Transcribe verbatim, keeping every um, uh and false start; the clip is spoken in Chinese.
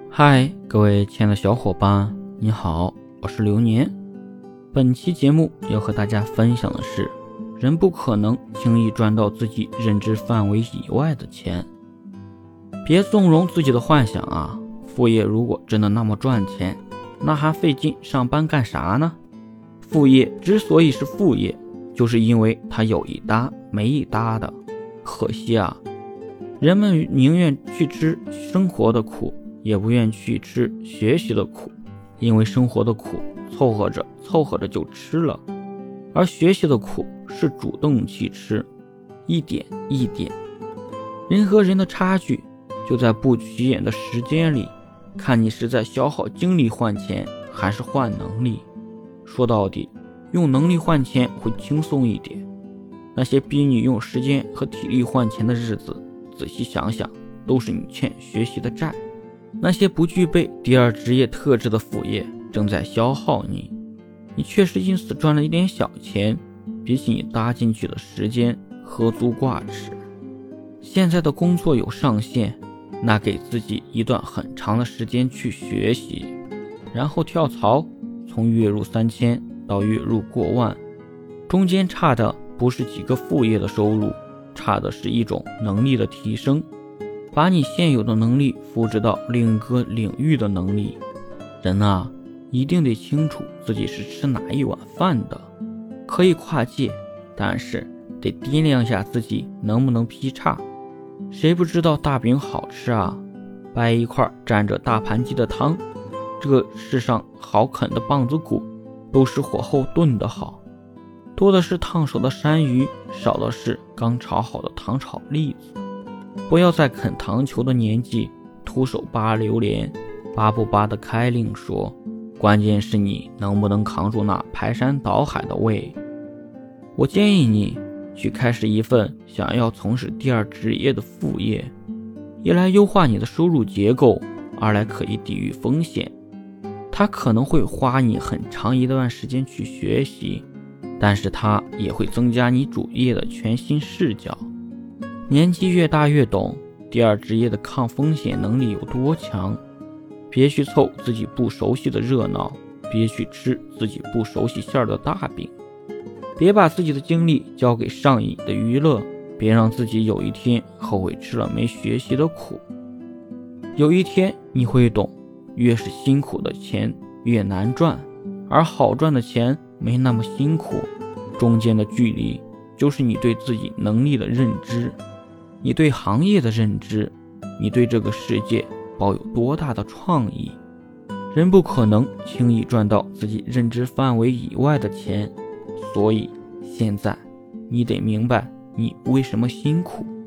嗨，各位亲爱的小伙伴，你好，我是流年。本期节目要和大家分享的是，人不可能轻易赚到自己认知范围以外的钱。别纵容自己的幻想啊，副业如果真的那么赚钱，那还费劲上班干啥呢？副业之所以是副业，就是因为它有一搭没一搭的。可惜啊，人们宁愿去吃生活的苦，也不愿去吃学习的苦，因为生活的苦凑合着凑合着就吃了，而学习的苦是主动去吃，一点一点。人和人的差距就在不起眼的时间里，看你是在消耗精力换钱，还是换能力。说到底，用能力换钱会轻松一点。那些逼你用时间和体力换钱的日子，仔细想想，都是你欠学习的债。那些不具备第二职业特质的副业正在消耗你，你确实因此赚了一点小钱，比起你搭进去的时间何足挂齿。现在的工作有上限，那给自己一段很长的时间去学习，然后跳槽，从月入三千到月入过万，中间差的不是几个副业的收入，差的是一种能力的提升，把你现有的能力复制到另一个领域的能力。人啊，一定得清楚自己是吃哪一碗饭的。可以跨界，但是得掂量下自己能不能劈叉。谁不知道大饼好吃啊，掰一块蘸着大盘鸡的汤。这个世上好啃的棒子骨都是火候炖的好，多的是烫手的山芋，少的是刚炒好的糖炒栗子。不要在啃糖球的年纪徒手扒榴莲，扒不扒得开另说，关键是你能不能扛住那排山倒海的胃。我建议你去开始一份想要从事第二职业的副业，一来优化你的收入结构，二来可以抵御风险。它可能会花你很长一段时间去学习，但是它也会增加你主业的全新视角。年纪越大越懂第二职业的抗风险能力有多强，别去凑自己不熟悉的热闹，别去吃自己不熟悉馅儿的大饼，别把自己的精力交给上瘾的娱乐，别让自己有一天后悔吃了没学习的苦。有一天你会懂，越是辛苦的钱越难赚，而好赚的钱没那么辛苦，中间的距离就是你对自己能力的认知，你对行业的认知，你对这个世界抱有多大的创意。人不可能轻易赚到自己认知范围以外的钱，所以现在你得明白你为什么辛苦。